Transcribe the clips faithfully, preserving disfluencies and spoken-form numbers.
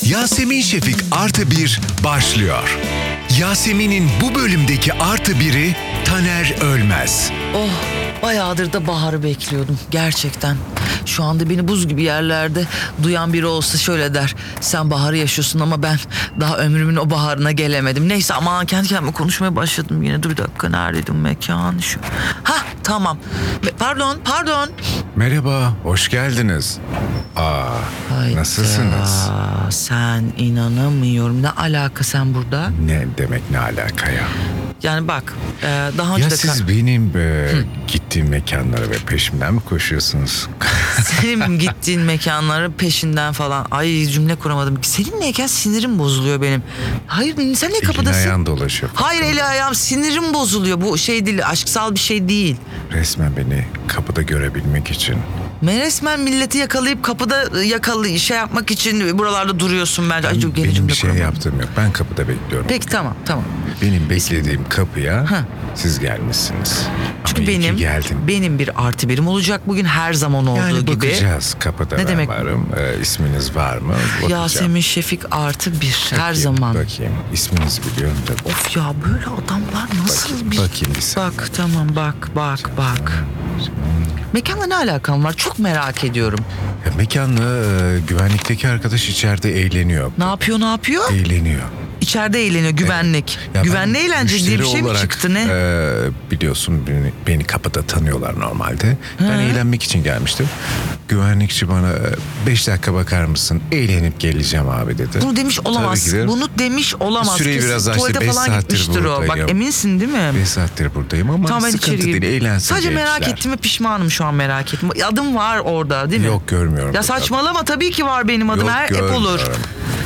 Yasemin Şefik Artı Bir başlıyor. Yasemin'in bu bölümdeki artı biri Taner Ölmez. Oh, bayağıdır da baharı bekliyordum gerçekten. Şu anda beni buz gibi yerlerde duyan biri olsa şöyle der: sen baharı yaşıyorsun ama ben daha ömrümün o baharına gelemedim. Neyse, aman kendi kendime konuşmaya başladım yine. Dur bir dakika, neredeydim mekan şu. Hah, tamam. Pardon pardon. Merhaba, hoş geldiniz. Aa, Hayda, nasılsınız? sen, inanamıyorum. Ne alaka sen burada? Ne demek ne alaka ya? Yani bak, e, daha önce Ya de... siz benim e, gittiğim mekanlara ve peşimden mi koşuyorsunuz? Senin gittiğin mekanların peşinden falan. Ay, cümle kuramadım. Seninleyken sinirim bozuluyor benim. Hayır, sen niye Elin kapıdasın? ayağın dolaşıyor. Hayır, eli ayağım, sinirim bozuluyor. Bu şey değil, aşksal bir şey değil. Resmen beni kapıda görebilmek için. Resmen milleti yakalayıp kapıda yakalı şey yapmak için buralarda duruyorsun bence. Ay, çok gene Benim cümle bir şey kuramadım. yaptığım yok. Ben kapıda bekliyorum. Peki, tamam tamam. Benim beklediğim kapıya Heh. siz gelmişsiniz. Çünkü Ama iyi ki benim geldin. benim bir artı birim olacak bugün, her zaman olduğu Yani gibi. bakacağız kapıda. Ne ben demek? varım. Ee, isminiz var mı? Bakacağım. Yasemin Şefik artı bir, her Bakayım, zaman. Bakayım. İsminizi biliyorum da. Of ya, böyle adamlar nasıl Bakayım, bir... bakayım bir saniye. Bak tamam, bak bak bak. Mekanla ne alakan var? Çok merak ediyorum. Ya, mekanla e, güvenlikteki arkadaş içeride eğleniyor. Ne yapıyor ne yapıyor? Eğleniyor. İçeride eğleniyor, güvenlik. Ya Güvenli ben eğlence diye bir müşteri şey mi olarak, çıktı ne? e, biliyorsun beni, beni kapıda tanıyorlar normalde. Ben Hı. eğlenmek için gelmiştim. Güvenlikçi bana e, beş dakika bakar mısın? Eğlenip geleceğim abi dedi. Bunu demiş olamaz. Tabii ki de. Bunu demiş olamaz. Süreyi Kesin biraz açtı. tuvalete Beş falan saattir gitmiştir o. Bak, buradayım. eminsin değil mi? beş saattir buradayım ama Tamam, ben sıkıntı içeri değil. gireyim. Eğlensin Sadece merak gençler. ettim ve pişmanım şu an, merak ettim. Adım var orada değil mi? Yok, görmüyorum. Ya burada. saçmalama, tabii ki var benim adım. Yok, Her hep olur. görmüyorum.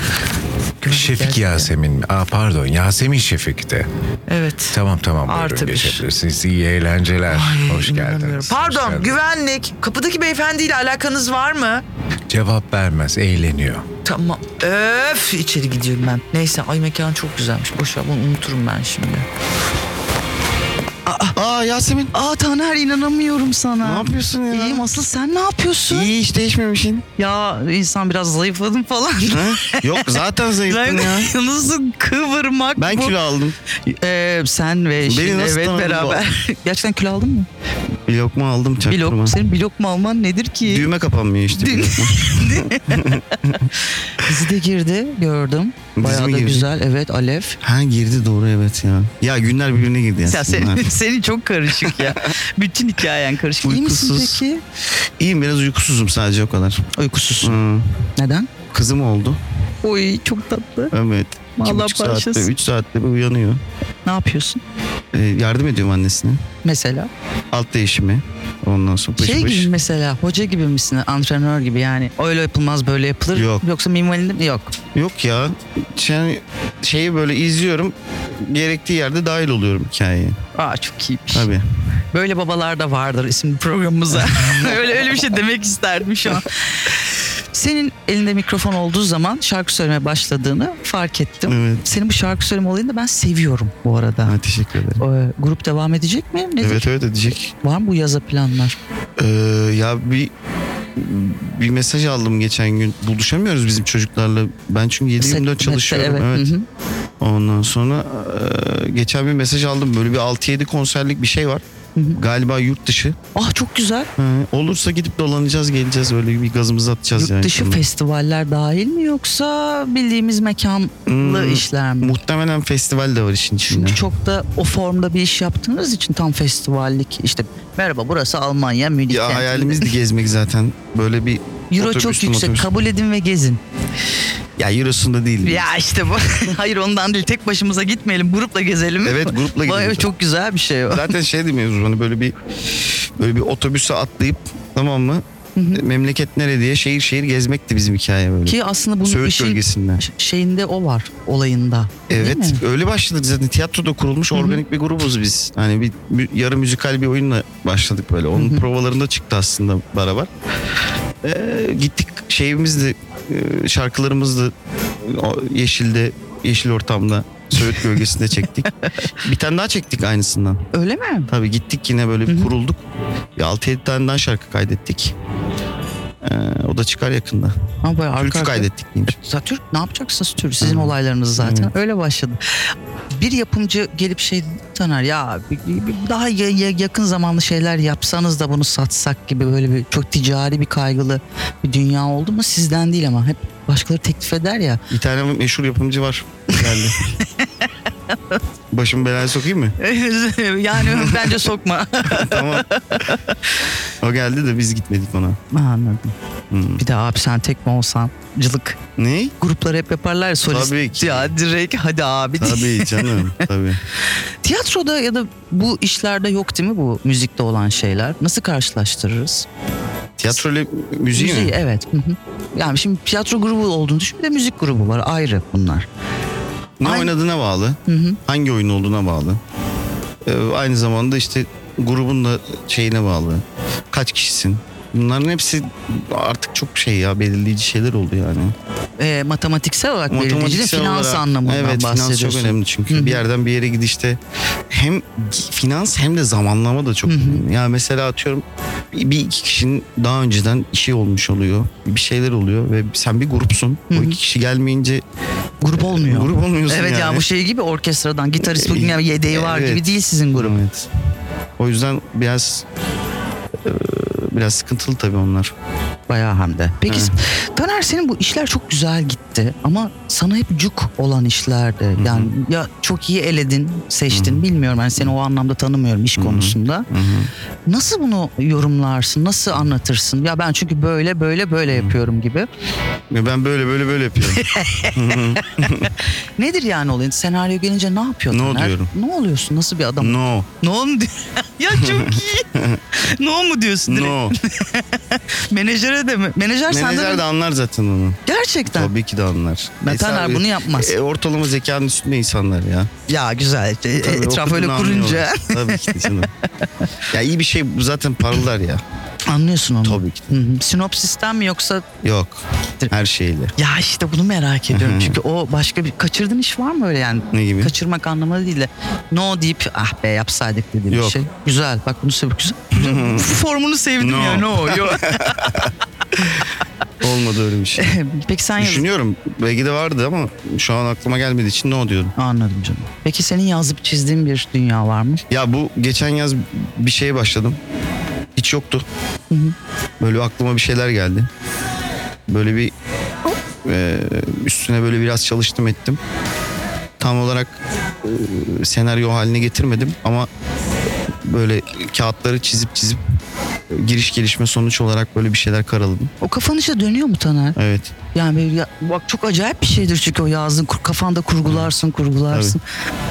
Güvenlik Şefik gerçekten. Yasemin. Aa, pardon, Yasemin Şefik'te. Evet. Tamam tamam, buyurun Artı bir. geçebilirsiniz. İyi eğlenceler. Ay, Hoş inanamıyorum. geldiniz. Pardon, Hoş geldiniz. güvenlik. Kapıdaki beyefendiyle alakanız var mı? Cevap vermez, eğleniyor. Tamam. Öf, içeri gidiyorum ben. Neyse, ay mekan çok güzelmiş. Boş ver, bunu unuturum ben şimdi. Aa Yasemin. Aa Taner, inanamıyorum sana. Ne yapıyorsun ya? İyiyim, asıl sen ne yapıyorsun? İyi, hiç değişmemişsin. Ya insan biraz zayıfladım falan. Ha? Yok, zaten zayıftın ya. Nasıl kıvırmak Ben bu? kilo aldım. Ee, sen ve eşin, nasıl evet, tanıdın beraber. Gerçekten kilo aldın mı? Bir lokma aldım, Bir çaktırma. lok, senin bir lokma alman nedir ki? Düğme kapanmıyor işte. bir lokma. Dizi de girdi, gördüm. Dizi Bayağı mi da girdi? güzel, evet, Alev. Ha, girdi, doğru, evet ya. Ya günler birbirine girdi ya. Ya senin, senin çok karışık ya. Bütün hikayen karışık. İyi misin Uykusuz. peki? İyiyim, biraz uykusuzum sadece, o kadar. Uykusuz. Hı. Neden? Kızım oldu. Oy, çok tatlı. Evet. İki Allah buçuk saatte, bağışlasın. üç saatte bir uyanıyor. Ne yapıyorsun? Ee, yardım ediyorum annesine. Mesela? Alt değişimi. Ondan sonra pış Şey pış. gibi mesela, hoca gibi misin? Antrenör gibi yani. Öyle yapılmaz, böyle yapılır. Yok. Yoksa minvalinde mi? Yok. Yok ya. Yani şeyi böyle izliyorum. Gerektiği yerde dahil oluyorum hikayeye. Aa, çok iyiymiş. Tabii. Böyle babalar da vardır isimli programımıza. öyle öyle bir şey demek isterdim şu an. Senin elinde mikrofon olduğu zaman şarkı söylemeye başladığını fark ettim. Evet. Senin bu şarkı söyleme olayını da ben seviyorum bu arada. Ha, teşekkür ederim. Ee, grup devam edecek mi? Nedir? Evet evet edecek. Var mı bu yaza planlar? Ee, ya bir bir mesaj aldım geçen gün. Buluşamıyoruz bizim çocuklarla. Ben çünkü yedi yirmi dört Set- çalışıyorum. evet. Evet. Hı hı. Ondan sonra e, geçen bir mesaj aldım. Böyle bir altı yedi konserlik bir şey var. Hı hı. Galiba yurt dışı. Ah, çok güzel. Ha, olursa gidip dolanacağız, geleceğiz, öyle bir gazımızı atacağız. Yurt yani dışı sonra. festivaller dahil mi, yoksa bildiğimiz mekanlı Hmm, işler mi? Muhtemelen festival de var işin içinde. Çünkü çok da o formda bir iş yaptığınız için, tam festivallik işte, merhaba burası Almanya, Münih. Ya kentinde. hayalimiz de gezmek zaten. Böyle bir Euro otobüs, çok yüksek, otobüs. kabul edin ve gezin. Ya Euro'sunda değil. Ya işte bu. Hayır, ondan değil, tek başımıza gitmeyelim, grupla gezelim. Evet, grupla Vay, gidiyoruz. çok güzel bir şey o. Zaten şey de mevzu, hani böyle bir böyle bir otobüse atlayıp, tamam mı? Memleket nere diye şehir şehir gezmekti bizim hikaye böyle. Ki aslında bu Söğüt işin bölgesinden. şeyinde o var, olayında. Değil Evet, mi? öyle başladık zaten. Tiyatroda kurulmuş organik bir grubuz biz. Hani bir mü- yarı müzikal bir oyunla başladık böyle. Onun provalarında çıktı aslında beraber. Ee, gittik, şeyimiz de e, şarkılarımız da o yeşilde, yeşil ortamda, Söğüt bölgesinde çektik. Bir tane daha çektik aynısından. Öyle mi? Tabii gittik yine böyle bir kurulduk. Bir altı yedi tane daha şarkı kaydettik. Ee, o da çıkar yakında. Ama böyle Türkü arka arka- kaydettik diyeyim. Zaten Türk ne yapacaksınız Türk? Sizin Hı. olaylarınız zaten Hı. öyle başladı. Bir yapımcı gelip şey Taner ya bir, bir daha ya- ya- yakın zamanlı şeyler yapsanız da bunu satsak gibi böyle bir çok ticari bir kaygılı bir dünya oldu mu? Sizden değil ama hep başkaları teklif eder ya. Bir tane meşhur yapımcı var. Geldi. Başımı belaya sokayım mı? Yani bence sokma. Tamam. O geldi de biz gitmedik ona. Anladım. Hmm. Bir de abi sen tek mi olsan cılık. Ne? Grupları hep yaparlar ya, solist. Tabii ki. Ya direkt hadi abi diye. Tabii canım. Tabii. Tiyatroda ya da bu işlerde yok değil mi bu müzikte olan şeyler? Nasıl karşılaştırırız? Tiyatro ile müziği, Müziği mi? evet. Hı hı. Yani şimdi tiyatro grubu olduğunu düşün, bir de müzik grubu var, ayrı bunlar. Ne Aynı- oynadığına bağlı. Hı hı. Hangi oyun olduğuna bağlı. Ee, aynı zamanda işte grubun da şeyine bağlı. Kaç kişisin? Bunların hepsi artık çok şey ya, belirleyici şeyler oldu yani. E, matematiksel olarak belirleyici, Matematiksel finans olarak- anlamından evet, bahsediyorsun. finans çok önemli çünkü. Hı hı. Bir yerden bir yere gidişte hem finans hem de zamanlama da çok Hı hı. önemli. Ya mesela atıyorum bir iki kişinin daha önceden işi olmuş oluyor. Bir şeyler oluyor ve sen bir grupsun. Hı hı. O iki kişi gelmeyince Grup olmuyor. grup olmuyorsun Evet yani. ya bu şey gibi orkestradan gitarist bugün yani yedeği var Evet. gibi değil sizin grup. Evet. O yüzden biraz e, biraz sıkıntılı tabii onlar. Bayağı hem de. Peki Hı. Taner, senin bu işler çok güzel gitti ama sana hep cuk olan işlerdi. Yani ya çok iyi eledin, seçtin, bilmiyorum. Yani seni o anlamda tanımıyorum iş konusunda. Hı hı. Nasıl bunu yorumlarsın? Nasıl anlatırsın? Ya ben çünkü böyle böyle böyle yapıyorum gibi. Ve ben böyle böyle böyle yapıyorum. Nedir yani olayın? Senaryo gelince ne yapıyor No Taner? diyorum. Ne oluyorsun? Nasıl bir adam? No. No mu diyor? Ya çok iyi. No mu diyorsun direkt? No. Menajere de mi? Menajer, sende Menajer mi? de anlar zaten onu. Gerçekten. Tabii ki de anlar. Ben Taner Mesela, bunu yapmaz. E, ortalama zekanın üstünde insanlar ya. Ya güzel. E, Tabii, Etraf öyle okuduğunu kurunca. anlıyorlar. Tabii ki de canım. Ya iyi bir şey bu zaten parlar ya. Anlıyorsun onu. Tabii ki de. Hı hı. Sinopsisten mi yoksa? Yok. Her şeyle. Ya işte bunu merak ediyorum. Hı hı. Çünkü o başka bir kaçırdığın iş var mı öyle yani? Ne gibi? Kaçırmak anlamında değil de no deyip ah be yapsaydık dediğim bir Yok. şey. Güzel. Bak bunu sev güzel. Formunu sevdim No. ya. No. Yok. Olmadı öyle bir şey. Peki sen yaz... Düşünüyorum. Belki de vardı ama şu an aklıma gelmediği için no diyorum. Anladım canım. Peki senin yazıp çizdiğin bir dünya var mı? Ya bu geçen yaz bir şeye başladım. Hiç yoktu. Hı hı. Böyle aklıma bir şeyler geldi. Böyle bir e, üstüne böyle biraz çalıştım ettim. Tam olarak e, senaryo haline getirmedim ama böyle kağıtları çizip çizip e, giriş gelişme sonuç olarak böyle bir şeyler karaladım. O kafan içe dönüyor mu Taner? Evet. Yani böyle ya, bak çok acayip bir şeydir çünkü o yazdığın kur- kafanda kurgularsın kurgularsın.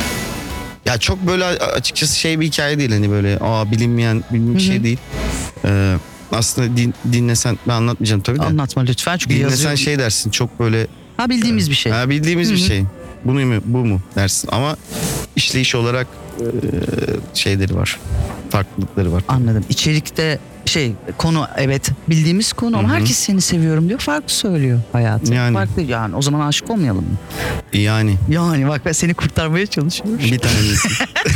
Ya çok böyle açıkçası şey bir hikaye değil, hani böyle aa bilinmeyen bilmem bir Hı hı. şey değil. Ee, aslında din, dinlesen ben anlatmayacağım tabii de. Anlatma lütfen çünkü Dinlesen yazıyor. şey dersin çok böyle Ha bildiğimiz bir şey. ha, bildiğimiz bir Hı hı. şey. Bunu mu bu mu dersin ama işleyiş olarak e, şeyleri var. Farklılıkları var. Anladım. İçerikte şey konu evet bildiğimiz konu ama Hı hı. herkes seni seviyorum diyor. Farklı söylüyor hayatı. Yani. Farklı yani o zaman aşık olmayalım mı? Yani Yani bak ben seni kurtarmaya çalışıyorum. bir tanesi.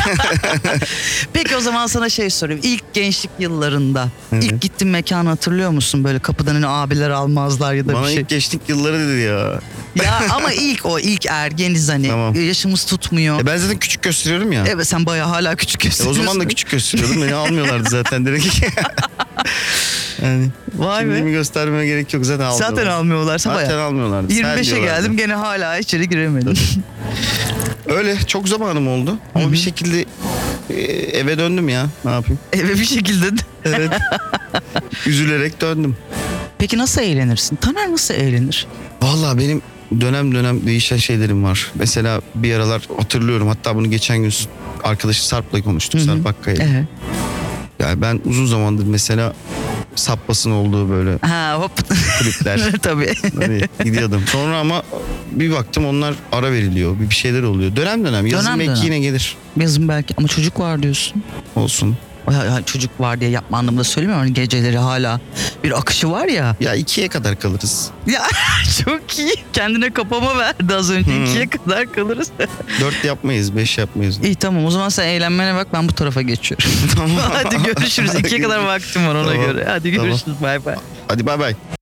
Peki o zaman sana şey sorayım. İlk gençlik yıllarında Evet. ilk gittiğin mekanı hatırlıyor musun? Böyle kapıdan hani abiler almazlar ya da Bana bir şey. ilk geçtik yılları dedi ya. Ya ama ilk o ilk ergeniz hani Tamam. yaşımız tutmuyor. E ben zaten küçük gösteriyorum ya. Evet sen bayağı hala küçük E o gösteriyorsun. zaman da küçük gösteriyordum. Beni almıyorlardı zaten direkt. Yani Vay kimliğimi be. göstermeme gerek yok, zaten almıyorlar. Zaten almıyorlar. Sen Zaten bayağı. almıyorlardı. yirmi beşe Sen diyorlardı. geldim gene hala içeri giremedim. Öyle çok zamanım oldu ama Hı hı. bir şekilde e, eve döndüm ya. Ne yapayım? Eve bir şekilde. Evet. Üzülerek döndüm. Peki nasıl eğlenirsin? Taner nasıl eğlenir? Vallahi benim dönem dönem değişen şeylerim var. Mesela bir aralar hatırlıyorum, hatta bunu geçen gün arkadaşı Sarp'la konuştuk. Hı hı. Sarp Akkaya. Evet. Yani ben uzun zamandır mesela Sappas'ın olduğu böyle Ha hop. klipler Tabii. hani gidiyordum. Sonra ama bir baktım onlar ara veriliyor. Bir bir şeyler oluyor. Dönem dönem. Yazın Dönem belki dönem. yine gelir. Yazın belki ama çocuk var diyorsun. Olsun. Ya çocuk var diye yapma anlamında söylemiyorum. Hani geceleri hala bir akışı var ya. Ya ikiye kadar kalırız. Ya çok iyi. Kendine kapama verdi az önce. Hmm. ikiye kadar kalırız. Dört yapmayız, beş yapmayız. İyi tamam, o zaman sen eğlenmene bak, ben bu tarafa geçiyorum. Hadi görüşürüz. ikiye kadar vaktim var ona Tamam. göre. Hadi Tamam. görüşürüz. Bay bay. Hadi bay bay.